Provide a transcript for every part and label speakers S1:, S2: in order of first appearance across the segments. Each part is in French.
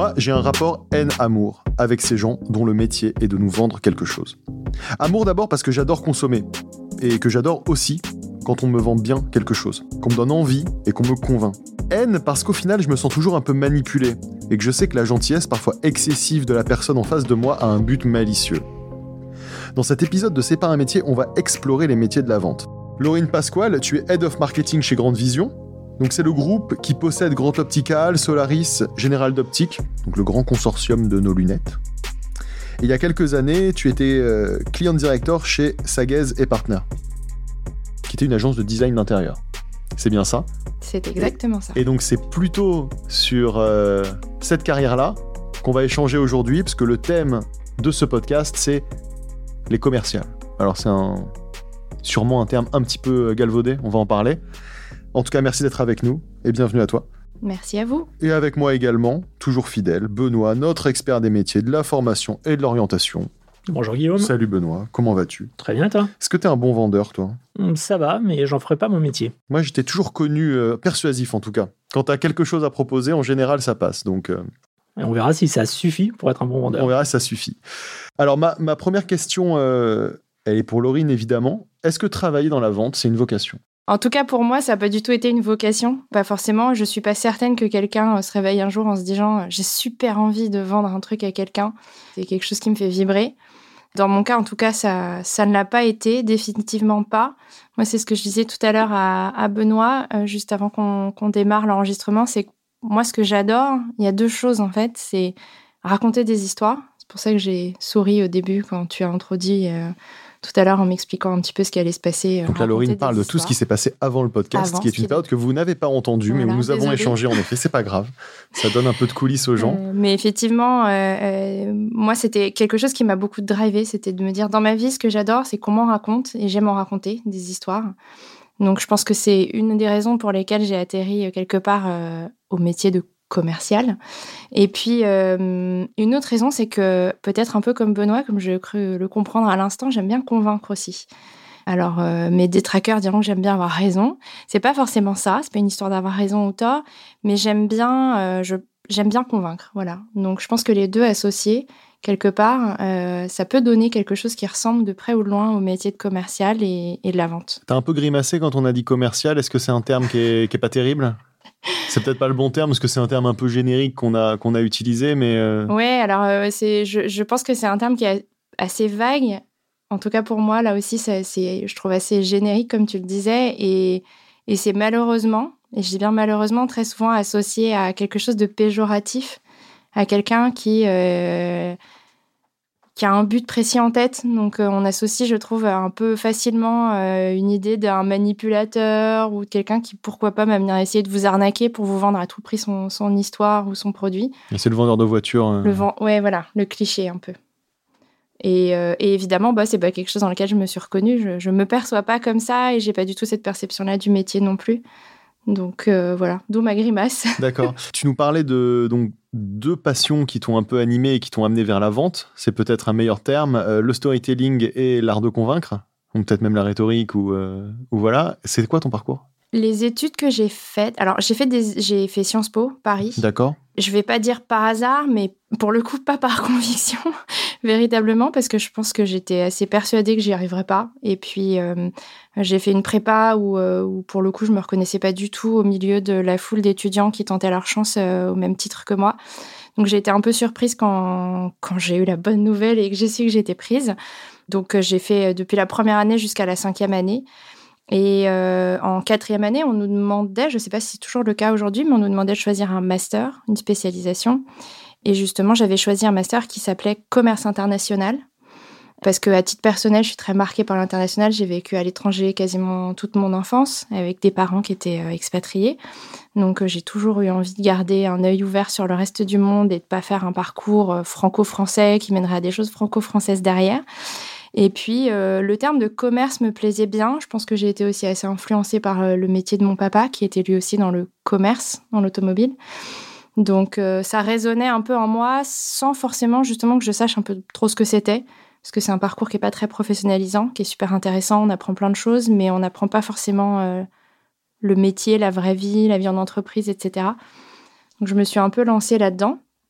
S1: Moi, j'ai un rapport haine-amour avec ces gens dont le métier est de nous vendre quelque chose. Amour d'abord parce que j'adore consommer, et que j'adore aussi quand on me vend bien quelque chose, qu'on me donne envie et qu'on me convainc. Haine parce qu'au final, je me sens toujours un peu manipulé, et que je sais que la gentillesse, parfois excessive de la personne en face de moi, a un but malicieux. Dans cet épisode de C'est pas un métier, on va explorer les métiers de la vente. Laurine Pasquale, tu es Head of Marketing chez Grande Vision. Donc c'est le groupe qui possède Grand Optical, Solaris, Général d'Optique, donc le grand consortium de nos lunettes. Et il y a quelques années, tu étais Client Director chez Saguez & Partners, qui était une agence de design d'intérieur. C'est bien ça ?
S2: C'est exactement ça.
S1: Et donc c'est plutôt sur cette carrière-là qu'on va échanger aujourd'hui, parce que le thème de ce podcast, c'est les commerciales. Alors c'est sûrement un terme un petit peu galvaudé, on va en parler. En tout cas, merci d'être avec nous et bienvenue à toi.
S2: Merci à vous.
S1: Et avec moi également, toujours fidèle, Benoît, notre expert des métiers, de la formation et de l'orientation.
S3: Bonjour Guillaume.
S1: Salut Benoît, comment vas-tu ?
S3: Très bien, toi ?
S1: Est-ce que t'es un bon vendeur, toi ?
S3: Ça va, mais j'en ferai pas mon métier.
S1: Moi, j'étais toujours connu, persuasif en tout cas. Quand t'as quelque chose à proposer, en général, ça passe. Donc,
S3: Et on verra si ça suffit pour être un bon vendeur.
S1: on verra si ça suffit. Alors, ma première question, elle est pour Laurine, évidemment. Est-ce que travailler dans la vente, c'est une vocation ?
S2: En tout cas, pour moi, ça n'a pas du tout été une vocation. Pas forcément. Je suis pas certaine que quelqu'un se réveille un jour en se disant « j'ai super envie de vendre un truc à quelqu'un ». C'est quelque chose qui me fait vibrer. Dans mon cas, en tout cas, ça ne l'a pas été, définitivement pas. Moi, c'est ce que je disais tout à l'heure à Benoît, juste avant qu'on démarre l'enregistrement, c'est que moi, ce que j'adore, il y a deux choses en fait, c'est raconter des histoires. C'est pour ça que j'ai souri au début quand tu as introduit tout à l'heure en m'expliquant un petit peu ce qui allait se passer.
S1: Donc là, Laurine parle de tout ce qui s'est passé avant le podcast, qui est une période que vous n'avez pas entendue, mais où nous avons échangé en effet. C'est pas grave, ça donne un peu de coulisses aux gens.
S2: Mais effectivement, moi, c'était quelque chose qui m'a beaucoup drivé, c'était de me dire, dans ma vie, ce que j'adore, c'est qu'on m'en raconte, et j'aime en raconter des histoires. Donc, je pense que c'est une des raisons pour lesquelles j'ai atterri quelque part au métier de commercial. Et puis, une autre raison, c'est que peut-être un peu comme Benoît, comme je cru le comprendre à l'instant, j'aime bien convaincre aussi. Alors, mes détraqueurs diront que j'aime bien avoir raison. C'est pas forcément ça, c'est pas une histoire d'avoir raison ou tort, mais j'aime bien convaincre, voilà. Donc, je pense que les deux associés, quelque part, ça peut donner quelque chose qui ressemble de près ou de loin au métier de commercial et de la vente.
S1: T'as un peu grimacé quand on a dit commercial. Est-ce que c'est un terme qui est pas terrible ? C'est peut-être pas le bon terme, parce que c'est un terme un peu générique qu'on a utilisé, mais...
S2: Ouais, alors je pense que c'est un terme qui est assez vague. En tout cas, pour moi, là aussi, je trouve assez générique, comme tu le disais, et c'est malheureusement, et je dis bien malheureusement, très souvent associé à quelque chose de péjoratif, à quelqu'un qui a un but précis en tête. Donc, on associe, je trouve, un peu facilement une idée d'un manipulateur ou de quelqu'un qui, pourquoi pas, va venir essayer de vous arnaquer pour vous vendre à tout prix son histoire ou son produit.
S1: Et c'est le vendeur de voitures.
S2: Ouais, voilà, le cliché un peu. Et évidemment, c'est pas quelque chose dans lequel je me suis reconnue. Je me perçois pas comme ça et j'ai pas du tout cette perception-là du métier non plus. Donc voilà, d'où ma grimace.
S1: D'accord. Tu nous parlais de deux passions qui t'ont un peu animé et qui t'ont amené vers la vente. C'est peut-être un meilleur terme. Le storytelling et l'art de convaincre. Ou peut-être même la rhétorique ou voilà. C'est quoi ton parcours ?
S2: Les études que j'ai faites... Alors, j'ai fait Sciences Po, Paris.
S1: D'accord.
S2: Je vais pas dire par hasard, mais pour le coup, pas par conviction, véritablement, parce que je pense que j'étais assez persuadée que j'y arriverais pas. Et puis, j'ai fait une prépa où, pour le coup, je me reconnaissais pas du tout au milieu de la foule d'étudiants qui tentaient leur chance au même titre que moi. Donc, j'ai été un peu surprise quand j'ai eu la bonne nouvelle et que j'ai su que j'étais prise. Donc, j'ai fait depuis la première année jusqu'à la 5e année. Et en 4e année, on nous demandait, je ne sais pas si c'est toujours le cas aujourd'hui, mais on nous demandait de choisir un master, une spécialisation. Et justement, j'avais choisi un master qui s'appelait Commerce international. Parce qu'à titre personnel, je suis très marquée par l'international. J'ai vécu à l'étranger quasiment toute mon enfance, avec des parents qui étaient expatriés. Donc, j'ai toujours eu envie de garder un œil ouvert sur le reste du monde et de ne pas faire un parcours franco-français qui mènerait à des choses franco-françaises derrière. Et puis, le terme de commerce me plaisait bien. Je pense que j'ai été aussi assez influencée par le métier de mon papa, qui était lui aussi dans le commerce, dans l'automobile. Donc, ça résonnait un peu en moi, sans forcément justement que je sache un peu trop ce que c'était. Parce que c'est un parcours qui n'est pas très professionnalisant, qui est super intéressant. On apprend plein de choses, mais on n'apprend pas forcément le métier, la vraie vie, la vie en entreprise, etc. Donc, je me suis un peu lancée là-dedans.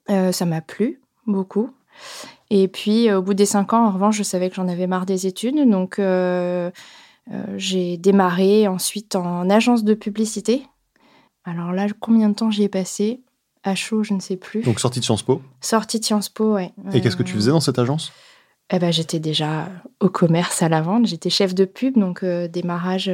S2: Ça m'a plu beaucoup. Et puis, au bout des 5 ans, en revanche, je savais que j'en avais marre des études. Donc, j'ai démarré ensuite en agence de publicité. Alors là, combien de temps j'y ai passé ? À chaud, je ne sais plus.
S1: Donc, sortie de Sciences Po.
S2: Sortie de Sciences Po, ouais.
S1: Et qu'est-ce que tu faisais dans cette agence ?
S2: J'étais déjà au commerce, à la vente. J'étais chef de pub, donc au démarrage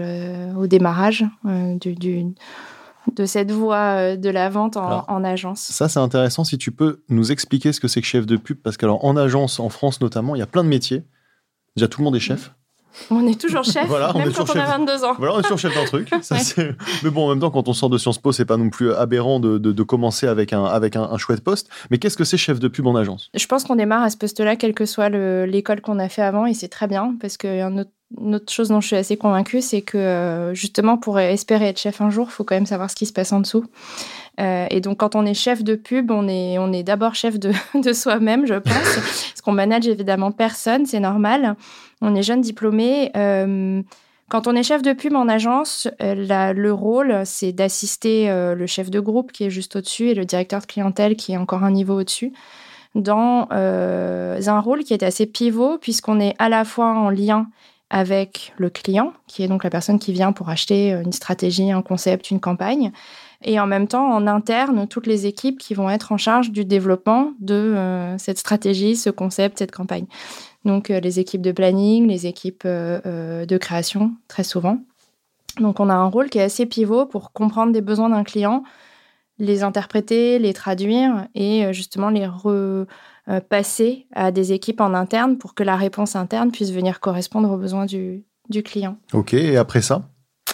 S2: de cette voie de la vente en agence.
S1: Ça, c'est intéressant. Si tu peux nous expliquer ce que c'est que chef de pub, parce qu'en agence, en France notamment, il y a plein de métiers. Déjà, tout le monde est chef.
S2: On est toujours chef,
S1: voilà,
S2: même quand on a 22 ans.
S1: Voilà, on est toujours chef d'un truc. Ça, mais bon, en même temps, quand on sort de Sciences Po, c'est pas non plus aberrant de commencer avec un chouette poste. Mais qu'est-ce que c'est chef de pub en agence ?
S2: Je pense qu'on démarre à ce poste-là, quelle que soit l'école qu'on a fait avant, et c'est très bien, parce qu'une autre chose dont je suis assez convaincue, c'est que justement, pour espérer être chef un jour, il faut quand même savoir ce qui se passe en dessous. Et donc, quand on est chef de pub, on est d'abord chef de soi-même, je pense, parce qu'on manage évidemment personne, c'est normal. On est jeune diplômé. Quand on est chef de pub en agence, le rôle, c'est d'assister le chef de groupe qui est juste au-dessus et le directeur de clientèle qui est encore un niveau au-dessus dans un rôle qui est assez pivot puisqu'on est à la fois en lien avec le client, qui est donc la personne qui vient pour acheter une stratégie, un concept, une campagne, et en même temps, en interne, toutes les équipes qui vont être en charge du développement de cette stratégie, ce concept, cette campagne. Donc, les équipes de planning, les équipes de création, très souvent. Donc, on a un rôle qui est assez pivot pour comprendre des besoins d'un client, les interpréter, les traduire et justement les repasser à des équipes en interne pour que la réponse interne puisse venir correspondre aux besoins du client.
S1: Ok, et après ça ?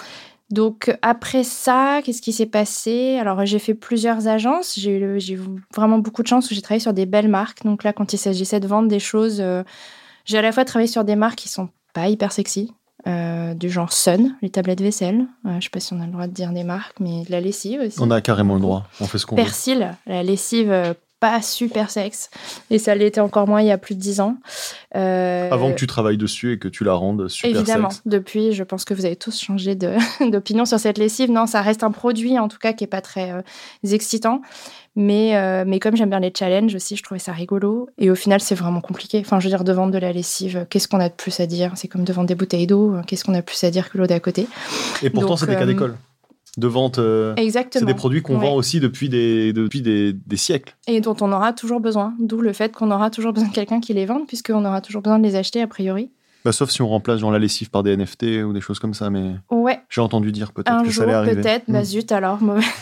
S2: Donc, après ça, qu'est-ce qui s'est passé ? Alors, j'ai fait plusieurs agences. J'ai eu vraiment beaucoup de chance où j'ai travaillé sur des belles marques. Donc là, quand il s'agissait de vendre des choses, j'ai à la fois travaillé sur des marques qui sont pas hyper sexy, du genre Sun, les tablettes vaisselle. Je sais pas si on a le droit de dire des marques, mais de la lessive aussi.
S1: On a carrément le droit. On fait ce qu'on veut.
S2: Persil, la lessive pas super sexe. Et ça l'était encore moins il y a plus de 10 ans.
S1: Avant que tu travailles dessus et que tu la rendes super
S2: évidemment,
S1: sexe.
S2: Depuis, je pense que vous avez tous changé d'opinion sur cette lessive. Non, ça reste un produit, en tout cas, qui n'est pas très excitant. Mais comme j'aime bien les challenges aussi, je trouvais ça rigolo. Et au final, c'est vraiment compliqué. Enfin, je veux dire, de vendre de la lessive, qu'est-ce qu'on a de plus à dire ? C'est comme de vendre des bouteilles d'eau. Qu'est-ce qu'on a de plus à dire que l'eau d'à côté ?
S1: Et pourtant, c'est des cas d'école. De vente,
S2: exactement.
S1: C'est des produits qu'on vend aussi depuis des siècles.
S2: Et dont on aura toujours besoin. D'où le fait qu'on aura toujours besoin de quelqu'un qui les vende, puisqu'on aura toujours besoin de les acheter a priori.
S1: Bah, sauf si on remplace genre la lessive par des NFT ou des choses comme ça, mais
S2: ouais.
S1: J'ai entendu dire peut-être
S2: un
S1: que
S2: jour,
S1: ça allait arriver.
S2: Peut-être, bah zut alors.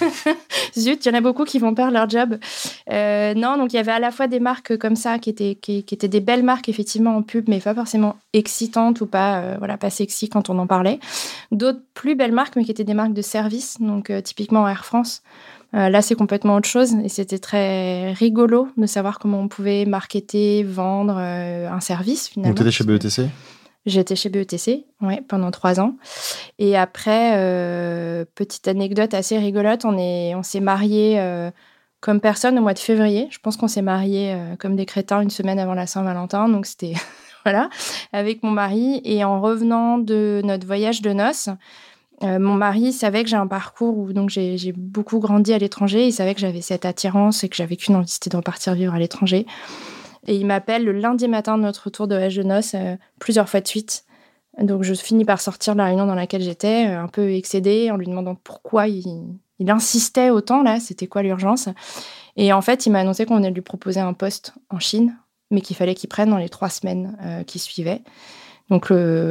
S2: Zut, il y en a beaucoup qui vont perdre leur job. Non, donc il y avait à la fois des marques comme ça qui étaient des belles marques effectivement en pub, mais pas forcément excitantes ou pas sexy quand on en parlait. D'autres plus belles marques, mais qui étaient des marques de service, donc typiquement Air France. Là, c'est complètement autre chose et c'était très rigolo de savoir comment on pouvait marketer, vendre un service finalement.
S1: Donc, tu étais chez BETC ?
S2: J'étais chez BETC, ouais, pendant 3 ans. Et après, petite anecdote assez rigolote, on s'est mariés comme personne au mois de février. Je pense qu'on s'est mariés comme des crétins une semaine avant la Saint-Valentin. Donc, c'était, voilà, avec mon mari. Et en revenant de notre voyage de noces, mon mari savait que j'ai un parcours où donc j'ai beaucoup grandi à l'étranger. Il savait que j'avais cette attirance et que j'avais qu'une envie, c'était de repartir vivre à l'étranger. Et il m'appelle le lundi matin de notre retour de voyage de noces, plusieurs fois de suite. Donc, je finis par sortir de la réunion dans laquelle j'étais, un peu excédée, en lui demandant pourquoi il insistait autant, là, c'était quoi l'urgence. Et en fait, il m'a annoncé qu'on venait de lui proposer un poste en Chine, mais qu'il fallait qu'il prenne dans les 3 semaines qui suivaient. Donc,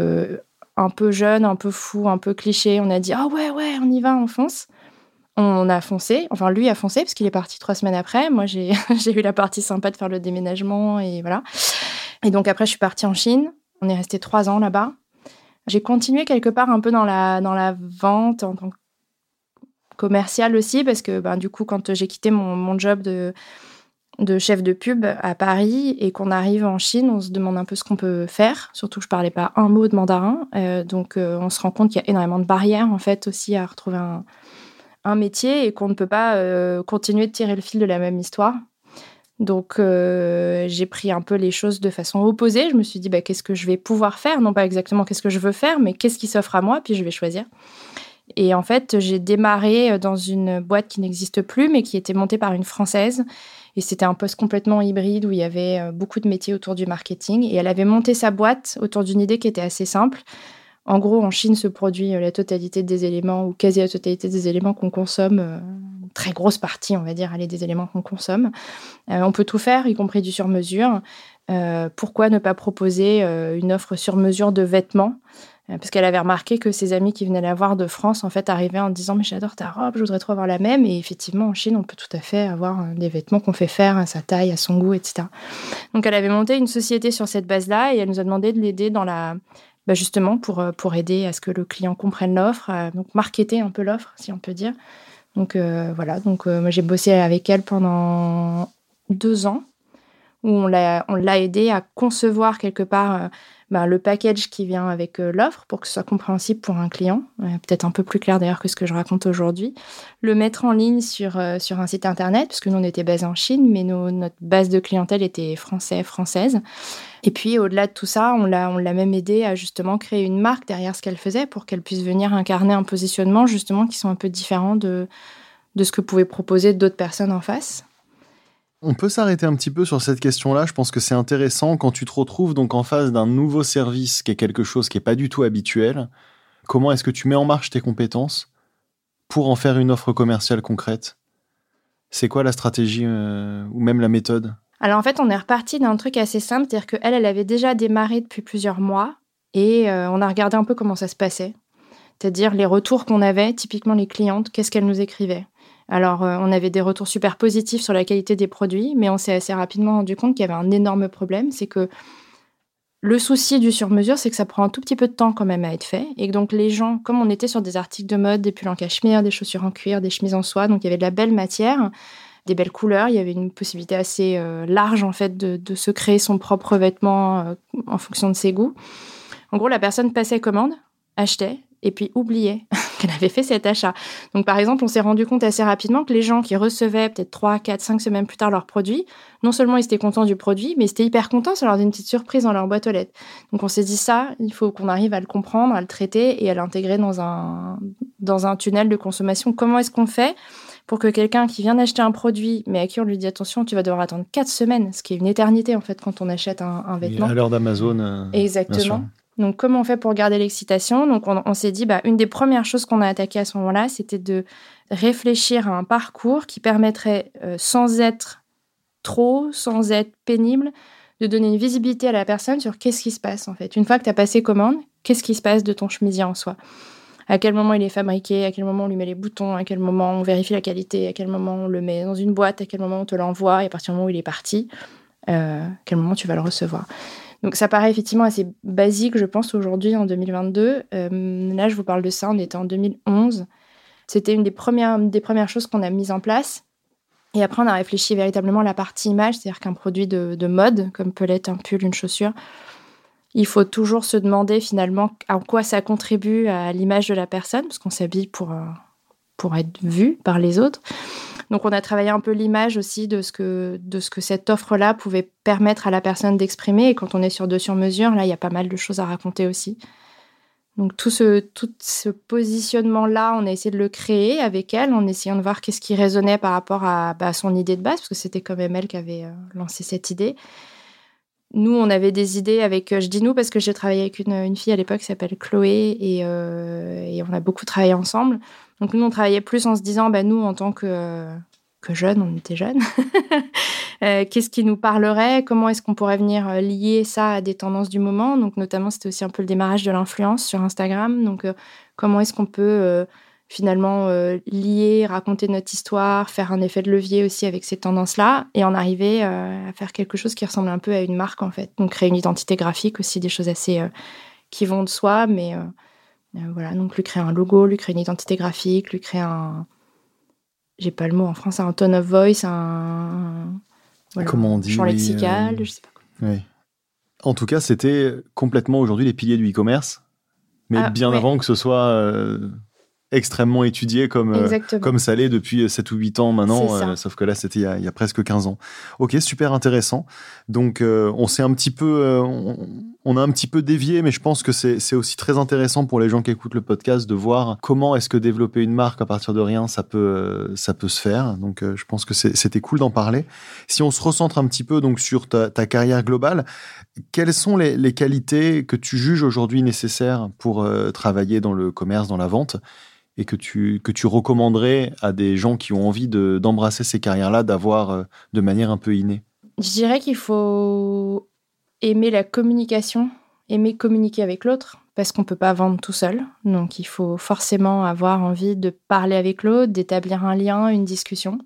S2: un peu jeune, un peu fou, un peu cliché, on a dit « Ah ouais, on y va, on fonce ». On a foncé, enfin lui a foncé parce qu'il est parti 3 semaines après. Moi, j'ai eu la partie sympa de faire le déménagement et voilà. Et donc après, je suis partie en Chine. On est resté 3 ans là-bas. J'ai continué quelque part un peu dans la vente en tant que commerciale aussi parce que du coup, quand j'ai quitté mon job de chef de pub à Paris et qu'on arrive en Chine, on se demande un peu ce qu'on peut faire. Surtout que je parlais pas un mot de mandarin. Donc, on se rend compte qu'il y a énormément de barrières en fait aussi à retrouver un métier et qu'on ne peut pas continuer de tirer le fil de la même histoire. Donc, j'ai pris un peu les choses de façon opposée. Je me suis dit, qu'est-ce que je vais pouvoir faire ? Non pas exactement qu'est-ce que je veux faire, mais qu'est-ce qui s'offre à moi, puis je vais choisir. Et en fait, j'ai démarré dans une boîte qui n'existe plus, mais qui était montée par une Française Et c'était un poste complètement hybride où il y avait beaucoup de métiers autour du marketing. Et elle avait monté sa boîte autour d'une idée qui était assez simple. En gros, en Chine se produit la totalité des éléments, ou quasi la totalité des éléments qu'on consomme, une très grosse partie, on va dire, des éléments qu'on consomme. On peut tout faire, y compris du sur-mesure. Pourquoi ne pas proposer une offre sur-mesure de vêtements ? Parce qu'elle avait remarqué que ses amis qui venaient la voir de France, en fait, arrivaient en disant « Mais j'adore ta robe, je voudrais trop avoir la même ». Et effectivement, en Chine, on peut tout à fait avoir des vêtements qu'on fait faire à sa taille, à son goût, etc. Donc, elle avait monté une société sur cette base-là et elle nous a demandé de l'aider dans justement pour aider à ce que le client comprenne l'offre, donc marketer un peu l'offre, si on peut dire. Donc, voilà. Donc, moi, j'ai bossé avec elle pendant 2 ans où on l'a aidé à concevoir quelque part le package qui vient avec l'offre pour que ce soit compréhensible pour un client, peut-être un peu plus clair d'ailleurs que ce que je raconte aujourd'hui, le mettre en ligne sur un site internet, parce que nous on était basés en Chine, mais notre base de clientèle était française. Et puis au-delà de tout ça, on l'a même aidé à justement créer une marque derrière ce qu'elle faisait pour qu'elle puisse venir incarner un positionnement justement qui sont un peu différents de ce que pouvaient proposer d'autres personnes en face.
S1: On peut s'arrêter un petit peu sur cette question-là. Je pense que c'est intéressant quand tu te retrouves donc en face d'un nouveau service qui est quelque chose qui n'est pas du tout habituel. Comment est-ce que tu mets en marche tes compétences pour en faire une offre commerciale concrète ? C'est quoi la stratégie ou même la méthode ?
S2: Alors en fait, on est reparti d'un truc assez simple, c'est-à-dire qu'elle avait déjà démarré depuis plusieurs mois et on a regardé un peu comment ça se passait. C'est-à-dire les retours qu'on avait, typiquement les clientes, qu'est-ce qu'elles nous écrivaient. Alors, on avait des retours super positifs sur la qualité des produits, mais on s'est assez rapidement rendu compte qu'il y avait un énorme problème, c'est que le souci du sur-mesure, c'est que ça prend un tout petit peu de temps quand même à être fait, et que donc les gens, comme on était sur des articles de mode, des pulls en cachemire, des chaussures en cuir, des chemises en soie, donc il y avait de la belle matière, des belles couleurs, il y avait une possibilité assez large en fait de se créer son propre vêtement en fonction de ses goûts. En gros, la personne passait commande, achetait, et puis oubliait qu'elle avait fait cet achat. Donc, par exemple, on s'est rendu compte assez rapidement que les gens qui recevaient peut-être 3, 4, 5 semaines plus tard leurs produits, non seulement ils étaient contents du produit, mais ils étaient hyper contents, ça leur donnait une petite surprise dans leur boîte aux lettres. Donc, on s'est dit ça, il faut qu'on arrive à le comprendre, à le traiter et à l'intégrer dans un tunnel de consommation. Comment est-ce qu'on fait pour que quelqu'un qui vient d'acheter un produit, mais à qui on lui dit « Attention, tu vas devoir attendre 4 semaines », ce qui est une éternité en fait quand on achète un vêtement.
S1: À l'heure d'Amazon.
S2: Exactement. Donc, comment on fait pour garder l'excitation ? Donc, on s'est dit, une des premières choses qu'on a attaquées à ce moment-là, c'était de réfléchir à un parcours qui permettrait, sans être pénible, de donner une visibilité à la personne sur qu'est-ce qui se passe, en fait. Une fois que tu as passé commande, qu'est-ce qui se passe de ton chemisier en soi ? À quel moment il est fabriqué ? À quel moment on lui met les boutons ? À quel moment on vérifie la qualité ? À quel moment on le met dans une boîte ? À quel moment on te l'envoie ? Et à partir du moment où il est parti, à quel moment tu vas le recevoir ? Donc, ça paraît effectivement assez basique, je pense, aujourd'hui, en 2022. Là, je vous parle de ça, on était en 2011. C'était une des premières choses qu'on a mises en place. Et après, on a réfléchi véritablement à la partie image, c'est-à-dire qu'un produit de mode, comme peut l'être un pull, une chaussure, il faut toujours se demander finalement en quoi ça contribue à l'image de la personne, parce qu'on s'habille pour être vu par les autres. Donc, on a travaillé un peu l'image aussi de ce que cette offre-là pouvait permettre à la personne d'exprimer. Et quand on est sur 2 sur-mesure, là, il y a pas mal de choses à raconter aussi. Donc, tout ce positionnement-là, on a essayé de le créer avec elle, en essayant de voir qu'est-ce qui résonnait par rapport à son idée de base, parce que c'était quand même elle qui avait lancé cette idée. Nous, on avait des idées avec... je dis nous parce que j'ai travaillé avec une fille à l'époque qui s'appelle Chloé et on a beaucoup travaillé ensemble. Donc, nous, on travaillait plus en se disant, nous, en tant que jeunes, on était jeunes, qu'est-ce qui nous parlerait ? Comment est-ce qu'on pourrait venir lier ça à des tendances du moment ? Donc, notamment, c'était aussi un peu le démarrage de l'influence sur Instagram. Donc, comment est-ce qu'on peut finalement lier, raconter notre histoire, faire un effet de levier aussi avec ces tendances-là et en arriver à faire quelque chose qui ressemble un peu à une marque, en fait. Donc, créer une identité graphique aussi, des choses assez qui vont de soi, mais... voilà, donc lui créer un logo, lui créer une identité graphique, lui créer j'ai pas le mot en français, un tone of voice,
S1: comment on dit,
S2: champ lexical, je sais pas quoi.
S1: Oui. En tout cas, c'était complètement aujourd'hui les piliers du e-commerce, mais bien avant que ce soit extrêmement étudié comme ça l'est depuis 7 ou 8 ans maintenant, sauf que là, c'était il y a presque 15 ans. Ok, super intéressant. Donc, on a un petit peu dévié, mais je pense que c'est aussi très intéressant pour les gens qui écoutent le podcast de voir comment est-ce que développer une marque à partir de rien, ça peut se faire. Donc, je pense que c'était cool d'en parler. Si on se recentre un petit peu donc sur ta carrière globale, quelles sont les qualités que tu juges aujourd'hui nécessaires pour travailler dans le commerce, dans la vente, et que tu recommanderais à des gens qui ont envie d'embrasser ces carrières-là, d'avoir de manière un peu innée?
S2: Je dirais qu'il faut aimer la communication, aimer communiquer avec l'autre, parce qu'on ne peut pas vendre tout seul. Donc, il faut forcément avoir envie de parler avec l'autre, d'établir un lien, une discussion.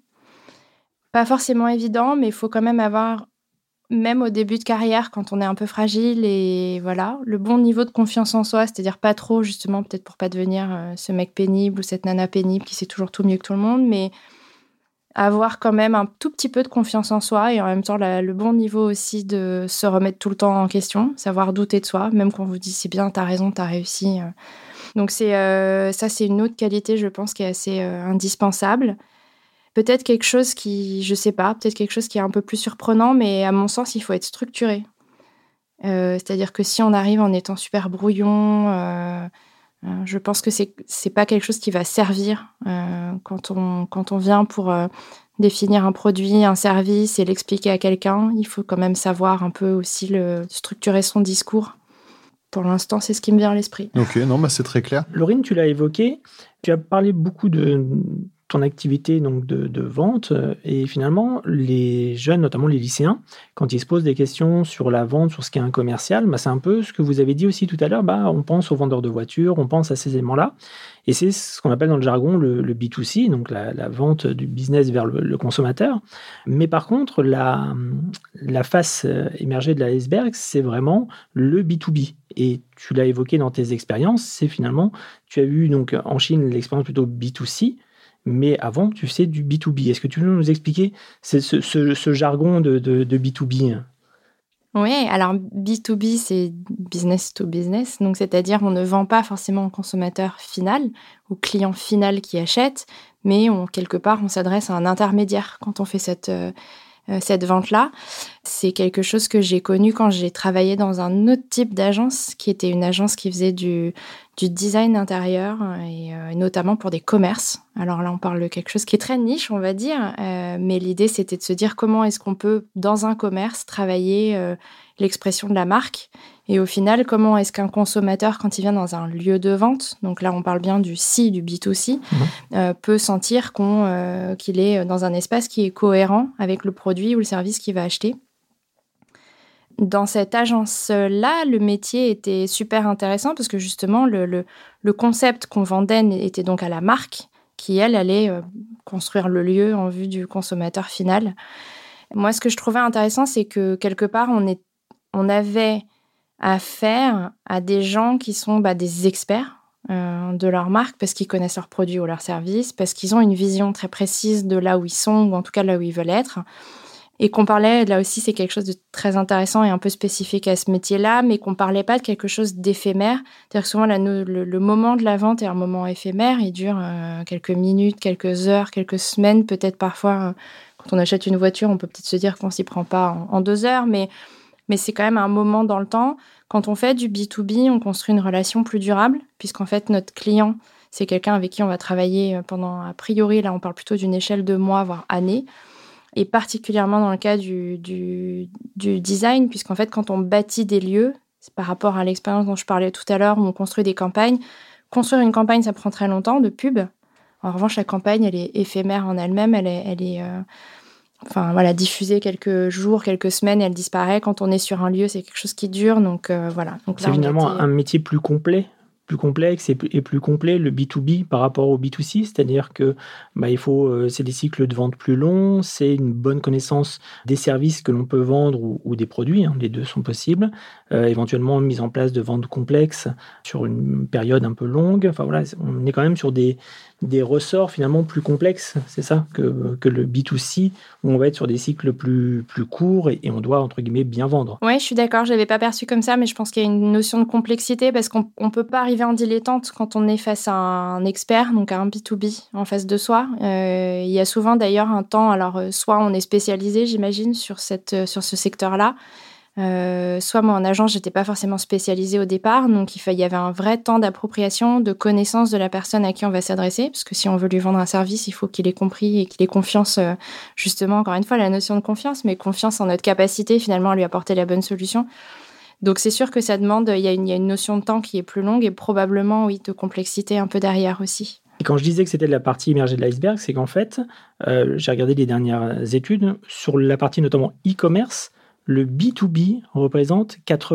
S2: Pas forcément évident, mais il faut quand même avoir, même au début de carrière, quand on est un peu fragile, et voilà, le bon niveau de confiance en soi, c'est-à-dire pas trop, justement, peut-être pour pas devenir ce mec pénible ou cette nana pénible qui sait toujours tout mieux que tout le monde, mais avoir quand même un tout petit peu de confiance en soi et en même temps le bon niveau aussi de se remettre tout le temps en question, savoir douter de soi, même quand on vous dit c'est bien, t'as raison, t'as réussi. Donc ça, c'est une autre qualité, je pense, qui est assez indispensable. Peut-être quelque chose qui, je sais pas, peut-être quelque chose qui est un peu plus surprenant, mais à mon sens, il faut être structuré. C'est-à-dire que si on arrive en étant super brouillon, je pense que c'est pas quelque chose qui va servir quand on vient pour définir un produit, un service et l'expliquer à quelqu'un. Il faut quand même savoir un peu aussi structurer son discours. Pour l'instant, c'est ce qui me vient à l'esprit.
S1: Ok, non, c'est très clair.
S3: Laurine, tu l'as évoqué, tu as parlé beaucoup de ton activité donc de vente, et finalement, les jeunes, notamment les lycéens, quand ils se posent des questions sur la vente, sur ce qu'est un commercial, c'est un peu ce que vous avez dit aussi tout à l'heure, on pense aux vendeurs de voitures, on pense à ces éléments-là, et c'est ce qu'on appelle dans le jargon le B2C, donc la vente du business vers le consommateur. Mais par contre, la face émergée de l'iceberg, c'est vraiment le B2B. Et tu l'as évoqué dans tes expériences, c'est finalement, tu as eu donc en Chine l'expérience plutôt B2C, mais avant, tu fais du B2B. Est-ce que tu veux nous expliquer ce jargon de B2B?
S2: Oui, alors B2B, c'est business to business. Donc, c'est-à-dire, on ne vend pas forcément au consommateur final, au client final qui achète, mais quelque part, on s'adresse à un intermédiaire quand on fait cette vente-là. C'est quelque chose que j'ai connu quand j'ai travaillé dans un autre type d'agence, qui était une agence qui faisait du design intérieur, et notamment pour des commerces. Alors là, on parle de quelque chose qui est très niche, on va dire, mais l'idée, c'était de se dire comment est-ce qu'on peut, dans un commerce, travailler l'expression de la marque, et au final, comment est-ce qu'un consommateur, quand il vient dans un lieu de vente, donc là, on parle bien du B2C, peut sentir qu'il est dans un espace qui est cohérent avec le produit ou le service qu'il va acheter. Dans cette agence-là, le métier était super intéressant parce que justement, le concept qu'on vendait était donc à la marque qui, elle, allait construire le lieu en vue du consommateur final. Moi, ce que je trouvais intéressant, c'est que quelque part, on avait affaire à des gens qui sont des experts de leur marque parce qu'ils connaissent leurs produits ou leurs services, parce qu'ils ont une vision très précise de là où ils sont ou en tout cas là où ils veulent être. Et qu'on parlait, là aussi, c'est quelque chose de très intéressant et un peu spécifique à ce métier-là, mais qu'on ne parlait pas de quelque chose d'éphémère. C'est-à-dire que souvent, le moment de la vente est un moment éphémère. Il dure quelques minutes, quelques heures, quelques semaines, peut-être parfois. Quand on achète une voiture, on peut peut-être se dire qu'on ne s'y prend pas en 2 heures, mais c'est quand même un moment dans le temps. Quand on fait du B2B, on construit une relation plus durable, puisqu'en fait, notre client, c'est quelqu'un avec qui on va travailler pendant, a priori, là, on parle plutôt d'une échelle de mois, voire années. Et particulièrement dans le cas du design, puisqu'en fait, quand on bâtit des lieux, c'est par rapport à l'expérience dont je parlais tout à l'heure, où on construit des campagnes. Construire une campagne, ça prend très longtemps, de pub. En revanche, la campagne, elle est éphémère en elle-même. Elle est diffusée quelques jours, quelques semaines, et elle disparaît. Quand on est sur un lieu, c'est quelque chose qui dure. Donc, voilà. Donc,
S3: c'est finalement un métier plus complet, plus complexe et plus complet, le B2B par rapport au B2C, c'est-à-dire que il faut, c'est des cycles de vente plus longs, c'est une bonne connaissance des services que l'on peut vendre ou des produits, les deux sont possibles, éventuellement mise en place de ventes complexes sur une période un peu longue. Enfin voilà, on est quand même sur des ressorts finalement plus complexes, c'est ça, que le B2C, où on va être sur des cycles plus courts et on doit, entre guillemets, bien vendre.
S2: Oui, je suis d'accord, je ne l'avais pas perçu comme ça, mais je pense qu'il y a une notion de complexité parce qu'on ne peut pas arriver en dilettante quand on est face à un expert, donc à un B2B en face de soi. Il y a souvent d'ailleurs un temps, alors soit on est spécialisé, j'imagine, sur ce secteur-là, soit moi en agence, j'étais pas forcément spécialisée au départ, donc il y avait un vrai temps d'appropriation, de connaissance de la personne à qui on va s'adresser, parce que si on veut lui vendre un service, il faut qu'il ait compris et qu'il ait confiance, justement, encore une fois, la notion de confiance, mais confiance en notre capacité finalement à lui apporter la bonne solution. Donc c'est sûr que ça demande, il y a une notion de temps qui est plus longue et probablement, oui, de complexité un peu derrière aussi.
S3: Et quand je disais que c'était de la partie immergée de l'iceberg, c'est qu'en fait, j'ai regardé les dernières études sur la partie notamment e-commerce. Le B2B représente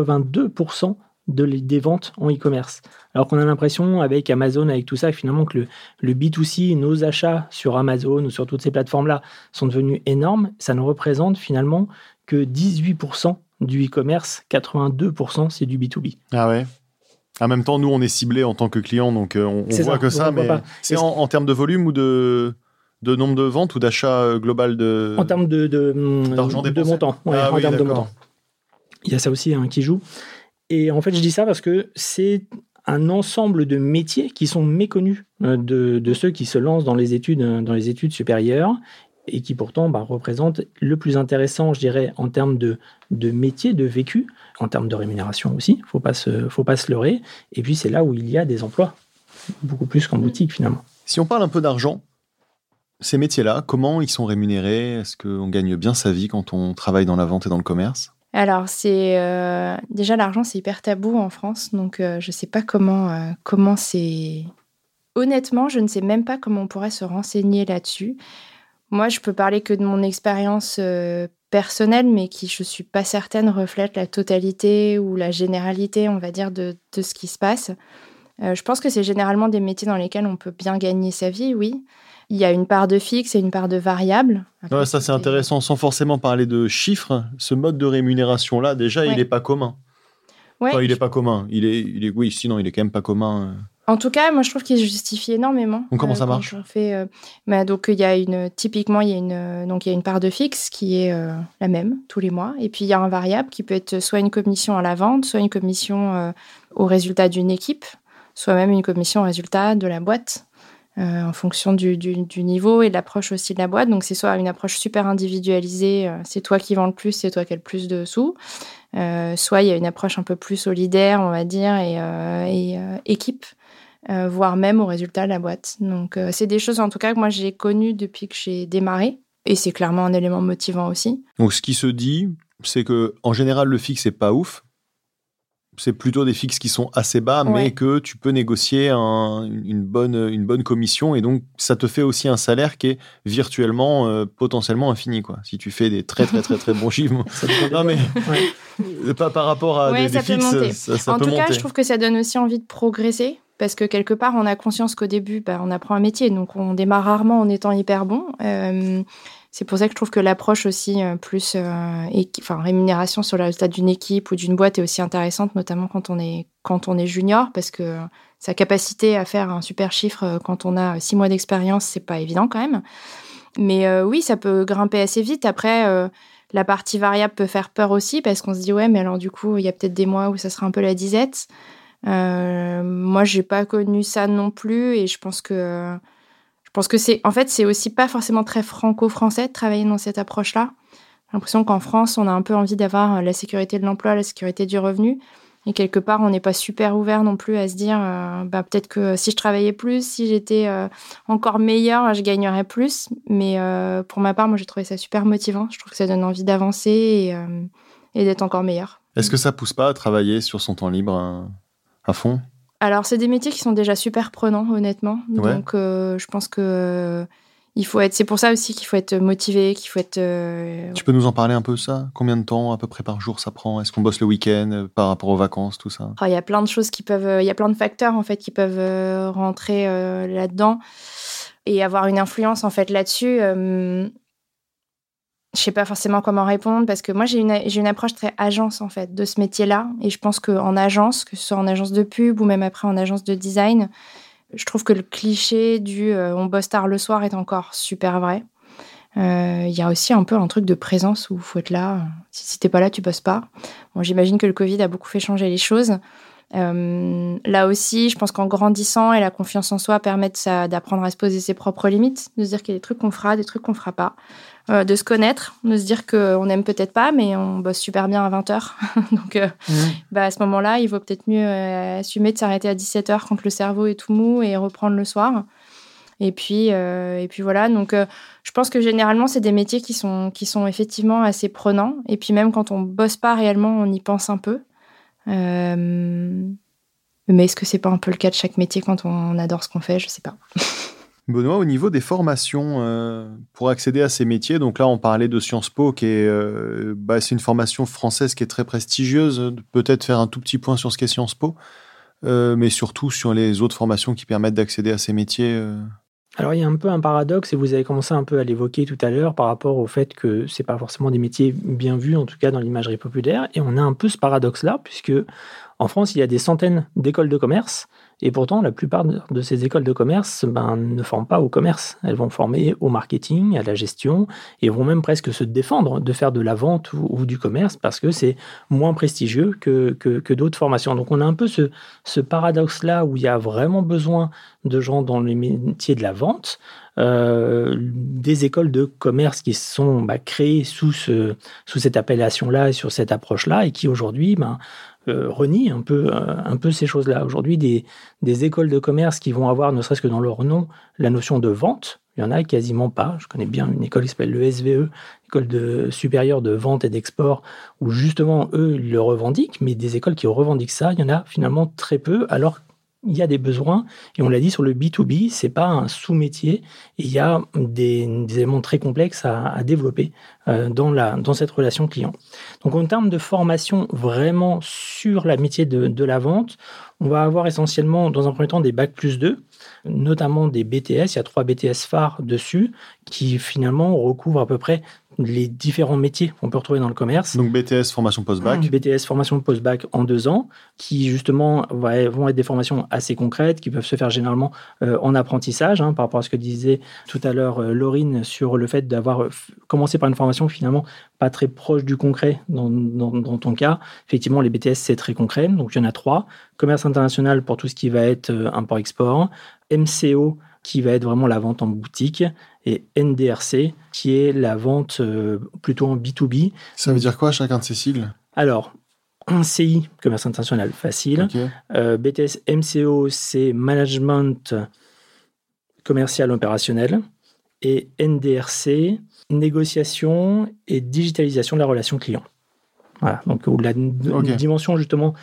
S3: 82% des ventes en e-commerce. Alors qu'on a l'impression, avec Amazon, avec tout ça, finalement, que le B2C, nos achats sur Amazon ou sur toutes ces plateformes-là sont devenus énormes. Ça ne représente finalement que 18% du e-commerce. 82%, c'est du B2B.
S1: Ah ouais. En même temps, nous, on est ciblés en tant que client, donc on voit que ça, mais c'est en termes de volume ou de nombre de ventes ou d'achat global
S3: en termes
S1: d'argent
S3: de montant. Ouais, en termes de montant. Il y a ça aussi qui joue. Et en fait, je dis ça parce que c'est un ensemble de métiers qui sont méconnus de ceux qui se lancent dans les études supérieures et qui pourtant représentent le plus intéressant, je dirais, en termes de métier, de vécu, en termes de rémunération aussi. Faut pas se leurrer. Et puis, c'est là où il y a des emplois, beaucoup plus qu'en boutique finalement.
S1: Si on parle un peu d'argent, ces métiers-là, comment ils sont rémunérés ? Est-ce qu'on gagne bien sa vie quand on travaille dans la vente et dans le commerce ?
S2: Alors, déjà, l'argent, c'est hyper tabou en France, donc je ne sais pas comment c'est... Honnêtement, je ne sais même pas comment on pourrait se renseigner là-dessus. Moi, je peux parler que de mon expérience personnelle, mais qui, je ne suis pas certaine, reflète la totalité ou la généralité, on va dire, de ce qui se passe. Je pense que c'est généralement des métiers dans lesquels on peut bien gagner sa vie, oui. Il y a une part de fixe et une part de variable. Après,
S1: ouais, ça c'est intéressant, sans forcément parler de chiffres. Ce mode de rémunération-là, déjà, il n'est pas commun. Ouais, enfin, il n'est pas commun. Oui, sinon, il est quand même pas commun.
S2: En tout cas, moi, je trouve qu'il se justifie énormément.
S1: Donc, comment ça marche ?
S2: Donc, typiquement, il y a une part de fixe qui est la même tous les mois. Et puis, il y a un variable qui peut être soit une commission à la vente, soit une commission au résultat d'une équipe, soit même une commission au résultat de la boîte. En fonction du niveau et de l'approche aussi de la boîte. Donc, c'est soit une approche super individualisée, c'est toi qui vends le plus, c'est toi qui as le plus de sous. Soit il y a une approche un peu plus solidaire, on va dire, et équipe, voire même au résultat de la boîte. Donc, c'est des choses, en tout cas, que moi, j'ai connues depuis que j'ai démarré. Et c'est clairement un élément motivant aussi.
S1: Donc, ce qui se dit, c'est qu'en général, le fixe n'est pas ouf. C'est plutôt des fixes qui sont assez bas, mais que tu peux négocier une bonne commission. Et donc, ça te fait aussi un salaire qui est virtuellement, potentiellement infini, quoi. Si tu fais des très, très, très, très bons chiffres. Non, mais pas par rapport à des fixes, ça peut monter.
S2: En tout cas, je trouve que ça donne aussi envie de progresser. Parce que quelque part, on a conscience qu'au début, on apprend un métier. Donc, on démarre rarement en étant hyper bon. C'est pour ça que je trouve que l'approche aussi plus rémunération sur le résultat d'une équipe ou d'une boîte est aussi intéressante, notamment quand on est junior, parce que sa capacité à faire un super chiffre quand on a 6 mois d'expérience, c'est pas évident quand même. Mais oui, ça peut grimper assez vite. Après, la partie variable peut faire peur aussi, parce qu'on se dit, ouais, mais alors du coup, il y a peut-être des mois où ça sera un peu la disette. Moi, j'ai pas connu ça non plus, et je pense que c'est aussi pas forcément très franco-français de travailler dans cette approche-là. J'ai l'impression qu'en France, on a un peu envie d'avoir la sécurité de l'emploi, la sécurité du revenu. Et quelque part, on n'est pas super ouvert non plus à se dire peut-être que si je travaillais plus, si j'étais encore meilleure, je gagnerais plus. Mais pour ma part, moi, j'ai trouvé ça super motivant. Je trouve que ça donne envie d'avancer et d'être encore meilleur.
S1: Est-ce que ça pousse pas à travailler sur son temps libre à fond ?
S2: Alors, c'est des métiers qui sont déjà super prenants, honnêtement.
S1: Ouais.
S2: Donc, je pense que c'est pour ça aussi qu'il faut être motivé, qu'il faut être...
S1: Tu peux nous en parler un peu, ça ? Combien de temps, à peu près, par jour, ça prend ? Est-ce qu'on bosse le week-end par rapport aux vacances, tout ça ?
S2: Il y a plein de choses il y a plein de facteurs, en fait, qui peuvent rentrer là-dedans et avoir une influence, en fait, là-dessus. Je sais pas forcément comment répondre parce que moi, j'ai une approche très agence, en fait, de ce métier-là. Et je pense qu'en agence, que ce soit en agence de pub ou même après en agence de design, je trouve que le cliché du on bosse tard le soir est encore super vrai. Il y a aussi un peu un truc de présence où il faut être là. Si t'es pas là, tu bosses pas. Bon, j'imagine que le Covid a beaucoup fait changer les choses. Là aussi, je pense qu'en grandissant et la confiance en soi permet d'apprendre à se poser ses propres limites, de se dire qu'il y a des trucs qu'on fera, des trucs qu'on fera pas, de se connaître, de se dire qu'on n'aime peut-être pas, mais on bosse super bien à 20h. Donc, à ce moment-là, il vaut peut-être mieux assumer de s'arrêter à 17h quand le cerveau est tout mou et reprendre le soir. Et puis voilà. Donc, je pense que généralement, c'est des métiers qui sont effectivement assez prenants. Et puis même quand on bosse pas réellement, on y pense un peu. Mais est-ce que c'est pas un peu le cas de chaque métier quand on adore ce qu'on fait? Je sais pas.
S1: Benoît, au niveau des formations pour accéder à ces métiers, donc là on parlait de Sciences Po qui est, c'est une formation française qui est très prestigieuse, peut-être faire un tout petit point sur ce qu'est Sciences Po, mais surtout sur les autres formations qui permettent d'accéder à ces métiers.
S3: Alors, il y a un peu un paradoxe, et vous avez commencé un peu à l'évoquer tout à l'heure par rapport au fait que c'est pas forcément des métiers bien vus, en tout cas dans l'imagerie populaire. Et on a un peu ce paradoxe-là, puisque en France, il y a des centaines d'écoles de commerce, et pourtant, la plupart de ces écoles de commerce ne forment pas au commerce. Elles vont former au marketing, à la gestion, et vont même presque se défendre de faire de la vente ou du commerce, parce que c'est moins prestigieux que d'autres formations. Donc, on a un peu ce paradoxe-là où il y a vraiment besoin de gens dans les métiers de la vente, des écoles de commerce qui sont créées sous cette appellation-là et sur cette approche-là, et qui aujourd'hui renient un peu ces choses-là. Aujourd'hui, des écoles de commerce qui vont avoir, ne serait-ce que dans leur nom, la notion de vente, il n'y en a quasiment pas. Je connais bien une école qui s'appelle le SVE, École supérieure de vente et d'export, où justement, eux, ils le revendiquent, mais des écoles qui revendiquent ça, il y en a finalement très peu, alors il y a des besoins, et on l'a dit sur le B2B, c'est pas un sous-métier, et il y a des éléments très complexes à développer dans cette relation client. Donc en termes de formation vraiment sur la métier de la vente, on va avoir essentiellement dans un premier temps des Bac+2, notamment des BTS, il y a 3 BTS phares dessus, qui finalement recouvrent à peu près les différents métiers qu'on peut retrouver dans le commerce.
S1: Donc BTS, formation post-bac.
S3: BTS, formation post-bac en 2 ans, qui justement vont être des formations assez concrètes, qui peuvent se faire généralement en apprentissage, par rapport à ce que disait tout à l'heure Laurine sur le fait d'avoir commencé par une formation finalement pas très proche du concret dans ton cas. Effectivement, les BTS, c'est très concret, donc il y en a 3. Commerce international pour tout ce qui va être import-export, MCO, qui va être vraiment la vente en boutique, et NDRC, qui est la vente plutôt en B2B.
S1: Ça veut dire quoi, chacun de ces sigles?
S3: Alors, un CI, commerce international, facile.
S1: Okay.
S3: BTS MCO, c'est management commercial opérationnel. Et NDRC, négociation et digitalisation de la relation client. Voilà, donc la dimension justement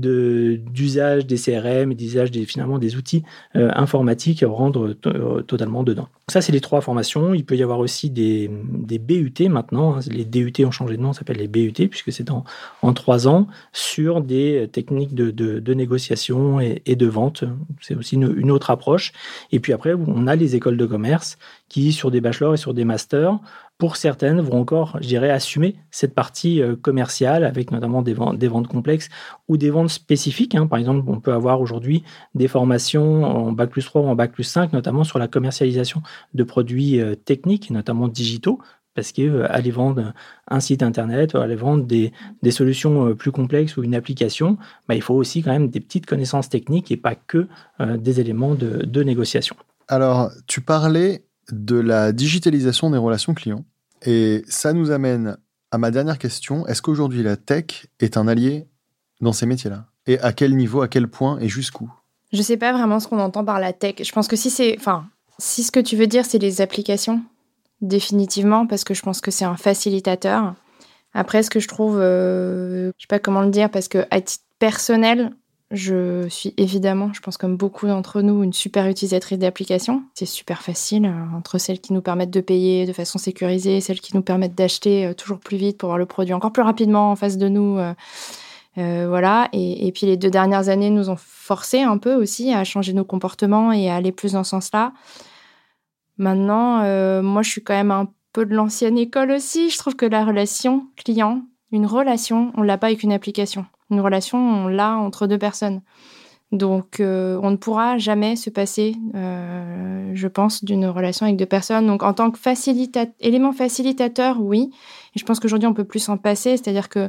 S3: d'usage des CRM et d'usage finalement des outils informatiques rentrent totalement dedans. Ça, c'est les 3 formations. Il peut y avoir aussi des BUT maintenant. Les DUT ont changé de nom, ça s'appelle les BUT puisque c'est en 3 ans sur des techniques de négociation et de vente. C'est aussi une autre approche. Et puis après, on a les écoles de commerce qui, sur des bachelors et sur des masters, pour certaines, vont encore, je dirais, assumer cette partie commerciale avec notamment des ventes complexes ou des ventes spécifiques. Par exemple, on peut avoir aujourd'hui des formations en Bac+3 ou en Bac+5, notamment sur la commercialisation de produits techniques, notamment digitaux, parce qu'aller vendre un site internet, aller vendre des solutions plus complexes ou une application, il faut aussi quand même des petites connaissances techniques et pas que des éléments de négociation.
S1: Alors, tu parlais de la digitalisation des relations clients. Et ça nous amène à ma dernière question. Est-ce qu'aujourd'hui, la tech est un allié dans ces métiers-là? Et à quel niveau, à quel point et jusqu'où?
S2: Je ne sais pas vraiment ce qu'on entend par la tech. Je pense que si ce que tu veux dire, c'est les applications, définitivement, parce que je pense que c'est un facilitateur. Après, ce que je trouve, je ne sais pas comment le dire, parce qu'à titre personnel, je suis évidemment, je pense comme beaucoup d'entre nous, une super utilisatrice d'applications. C'est super facile, entre celles qui nous permettent de payer de façon sécurisée, celles qui nous permettent d'acheter toujours plus vite pour voir le produit encore plus rapidement en face de nous. Voilà. Et puis les 2 dernières années nous ont forcé un peu aussi à changer nos comportements et à aller plus dans ce sens-là. Maintenant, moi, je suis quand même un peu de l'ancienne école aussi. Je trouve que la relation client, une relation, on l'a pas avec une application. Une relation, on l'a entre deux personnes. Donc, on ne pourra jamais se passer, je pense, d'une relation avec deux personnes. Donc, en tant que élément facilitateur, oui. Et je pense qu'aujourd'hui, on peut plus s'en passer. C'est-à-dire que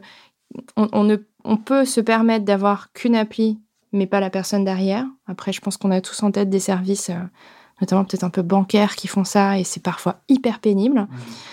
S2: on peut se permettre d'avoir qu'une appli, mais pas la personne derrière. Après, je pense qu'on a tous en tête des services, notamment peut-être un peu bancaires, qui font ça, et c'est parfois hyper pénible.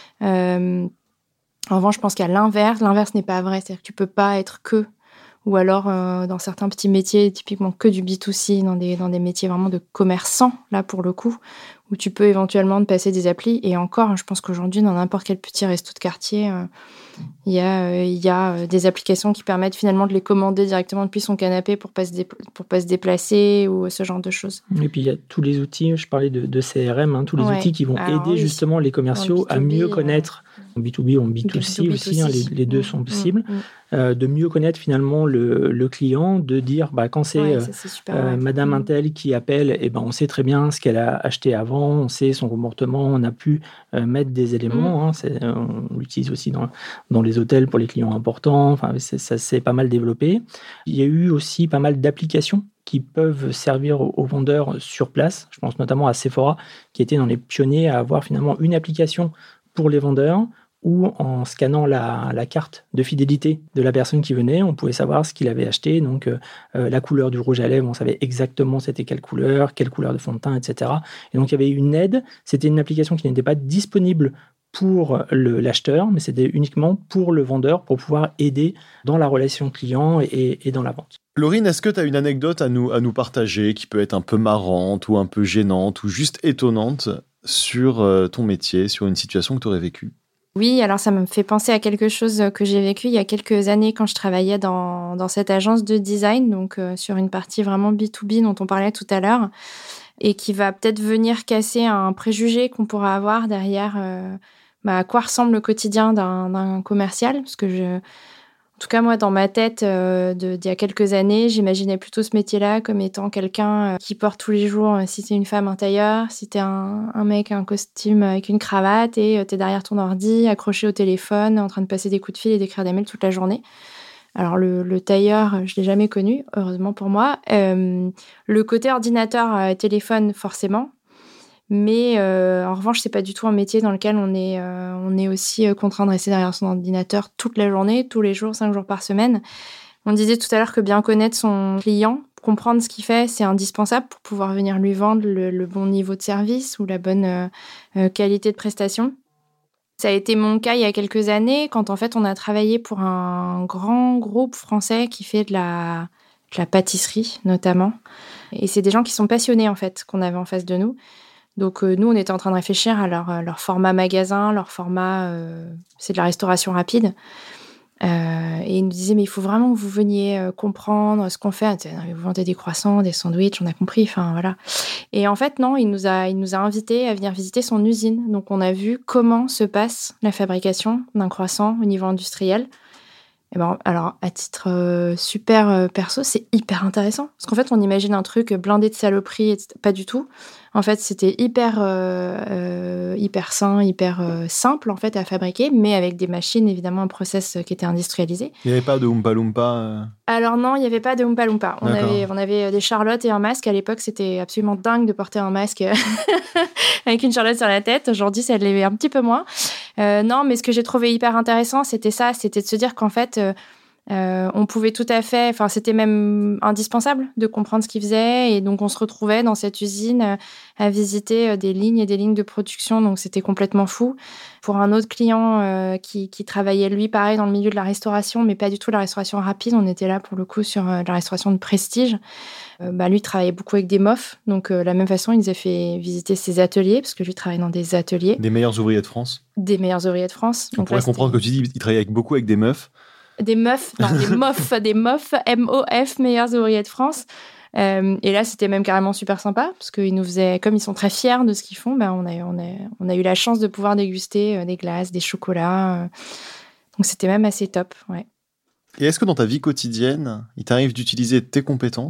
S2: En revanche, je pense qu'à l'inverse n'est pas vrai. C'est-à-dire que tu peux pas être que, ou alors dans certains petits métiers, typiquement que du B2C, dans des métiers vraiment de commerçants, là pour le coup, où tu peux éventuellement te passer des applis. Et encore, je pense qu'aujourd'hui, dans n'importe quel petit resto de quartier, il y a des applications qui permettent finalement de les commander directement depuis son canapé pour pas se déplacer ou ce genre de choses.
S3: Et puis il y a tous les outils, je parlais de CRM, tous les outils qui vont aider justement les commerciaux à mieux connaître, en B2B ou en B2C aussi, les deux sont possibles, de mieux connaître finalement le client, de dire quand c'est Madame Intel qui appelle, on sait très bien ce qu'elle a acheté avant, on sait son comportement, on a pu mettre des éléments, on l'utilise aussi dans les hôtels pour les clients importants, ça s'est pas mal développé. Il y a eu aussi pas mal d'applications qui peuvent servir aux vendeurs sur place. Je pense notamment à Sephora, qui était dans les pionniers à avoir finalement une application pour les vendeurs, où en scannant la carte de fidélité de la personne qui venait, on pouvait savoir ce qu'il avait acheté. Donc, la couleur du rouge à lèvres, on savait exactement c'était quelle couleur de fond de teint, etc. Et donc, il y avait une aide. C'était une application qui n'était pas disponible pour l'acheteur, mais c'était uniquement pour le vendeur, pour pouvoir aider dans la relation client et dans la vente.
S1: Laurine, est-ce que tu as une anecdote à nous partager qui peut être un peu marrante ou un peu gênante ou juste étonnante sur ton métier, sur une situation que tu aurais vécue ?
S2: Oui, alors ça me fait penser à quelque chose que j'ai vécu il y a quelques années quand je travaillais dans cette agence de design, donc sur une partie vraiment B2B dont on parlait tout à l'heure, et qui va peut-être venir casser un préjugé qu'on pourra avoir derrière à quoi ressemble le quotidien d'un commercial, parce que en tout cas, moi, dans ma tête d'il y a quelques années, j'imaginais plutôt ce métier-là comme étant quelqu'un qui porte tous les jours, si c'est une femme, un tailleur, si t'es un mec, un costume avec une cravate et t'es derrière ton ordi, accroché au téléphone, en train de passer des coups de fil et d'écrire des mails toute la journée. Alors, le tailleur, je l'ai jamais connu, heureusement pour moi. Le côté ordinateur, téléphone, forcément. Mais en revanche, c'est pas du tout un métier dans lequel on est aussi contraint de rester derrière son ordinateur toute la journée, tous les jours, 5 jours par semaine. On disait tout à l'heure que bien connaître son client, comprendre ce qu'il fait, c'est indispensable pour pouvoir venir lui vendre le bon niveau de service ou la bonne qualité de prestation. Ça a été mon cas il y a quelques années, quand en fait on a travaillé pour un grand groupe français qui fait de la pâtisserie notamment. Et c'est des gens qui sont passionnés en fait, qu'on avait en face de nous. Donc nous, on était en train de réfléchir à leur format magasin, leur format, c'est de la restauration rapide. Et ils nous disaient, mais il faut vraiment que vous veniez comprendre ce qu'on fait. Vous vendez des croissants, des sandwichs, on a compris, enfin voilà. Et en fait, non, il nous a invités à venir visiter son usine. Donc on a vu comment se passe la fabrication d'un croissant au niveau industriel. Et alors, à titre super perso, c'est hyper intéressant. Parce qu'en fait, on imagine un truc blindé de saloperies, etc. Pas du tout. En fait, c'était hyper sain, hyper simple en fait à fabriquer, mais avec des machines, évidemment, un process qui était industrialisé.
S1: Il n'y avait pas de Oompa Loompa
S2: Alors non, il n'y avait pas de Oompa Loompa. On avait des charlottes et un masque. À l'époque, c'était absolument dingue de porter un masque avec une charlotte sur la tête. Aujourd'hui, ça l'est un petit peu moins. Non, mais ce que j'ai trouvé hyper intéressant, c'était de se dire qu'en fait, on pouvait tout à fait, enfin c'était même indispensable de comprendre ce qu'ils faisaient, et donc on se retrouvait dans cette usine à visiter des lignes et des lignes de production, donc c'était complètement fou. Pour un autre client qui travaillait lui pareil dans le milieu de la restauration, mais pas du tout la restauration rapide, on était là pour le coup sur la restauration de prestige. Lui travaillait beaucoup avec des MOF, donc la même façon il nous a fait visiter ses ateliers, parce que lui travaillait dans des ateliers.
S1: Des meilleurs ouvriers de France.
S2: Des meilleurs ouvriers de France.
S1: On pourrait comprendre que tu dis qu'il travaillait beaucoup avec des meufs.
S2: Des meufs, non, des MOF, M-O-F, meilleurs ouvriers de France. Et là, c'était même carrément super sympa, parce qu'ils nous faisaient, comme ils sont très fiers de ce qu'ils font, on a eu la chance de pouvoir déguster des glaces, des chocolats. Donc, c'était même assez top, ouais.
S1: Et est-ce que dans ta vie quotidienne, il t'arrive d'utiliser tes compétences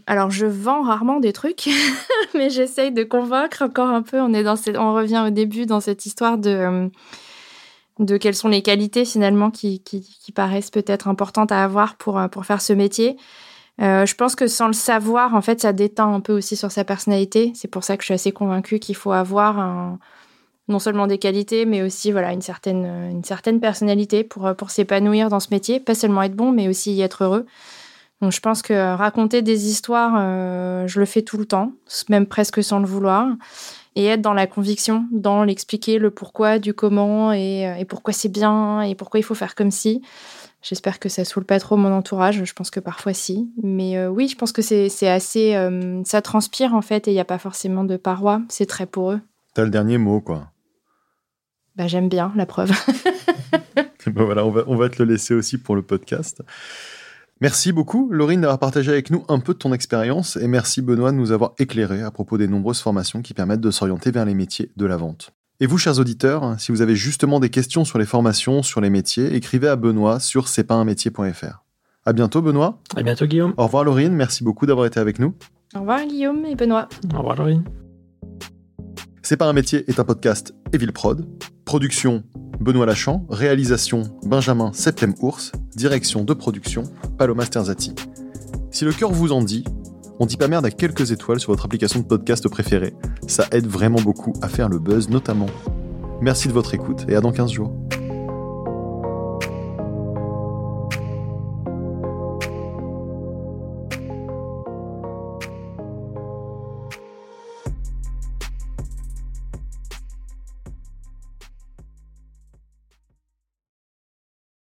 S2: Alors, je vends rarement des trucs, mais j'essaye de convaincre encore un peu. On revient au début dans cette histoire de quelles sont les qualités finalement qui paraissent peut-être importantes à avoir pour faire ce métier. Je pense que sans le savoir, en fait, ça déteint un peu aussi sur sa personnalité. C'est pour ça que je suis assez convaincue qu'il faut avoir non seulement des qualités, mais aussi voilà, une certaine personnalité pour s'épanouir dans ce métier. Pas seulement être bon, mais aussi y être heureux. Donc je pense que raconter des histoires, je le fais tout le temps, même presque sans le vouloir. Et être dans la conviction, dans l'expliquer le pourquoi, du comment, et pourquoi c'est bien, et pourquoi il faut faire comme si. J'espère que ça saoule pas trop mon entourage, je pense que parfois si. Mais oui, je pense que c'est assez... ça transpire en fait, et il n'y a pas forcément de paroi, c'est très poreux.
S1: T'as le dernier mot, quoi.
S2: Bah, j'aime bien, la preuve.
S1: Ben voilà, on va te le laisser aussi pour le podcast. Merci beaucoup, Laurine, d'avoir partagé avec nous un peu de ton expérience, et merci, Benoît, de nous avoir éclairé à propos des nombreuses formations qui permettent de s'orienter vers les métiers de la vente. Et vous, chers auditeurs, si vous avez justement des questions sur les formations, sur les métiers, écrivez à Benoît sur c'estpasunmétier.fr. À bientôt, Benoît.
S3: À bientôt, Guillaume.
S1: Au revoir, Laurine. Merci beaucoup d'avoir été avec nous.
S2: Au revoir, Guillaume et Benoît.
S3: Au revoir, Laurine.
S1: C'est pas un métier est un podcast Evilprod. Production Benoît Lachamp. Réalisation Benjamin Septem-Ours. Direction de production Paloma Sterzati. Si le cœur vous en dit, on dit pas merde à quelques étoiles sur votre application de podcast préférée. Ça aide vraiment beaucoup à faire le buzz notamment. Merci de votre écoute et à dans 15 jours.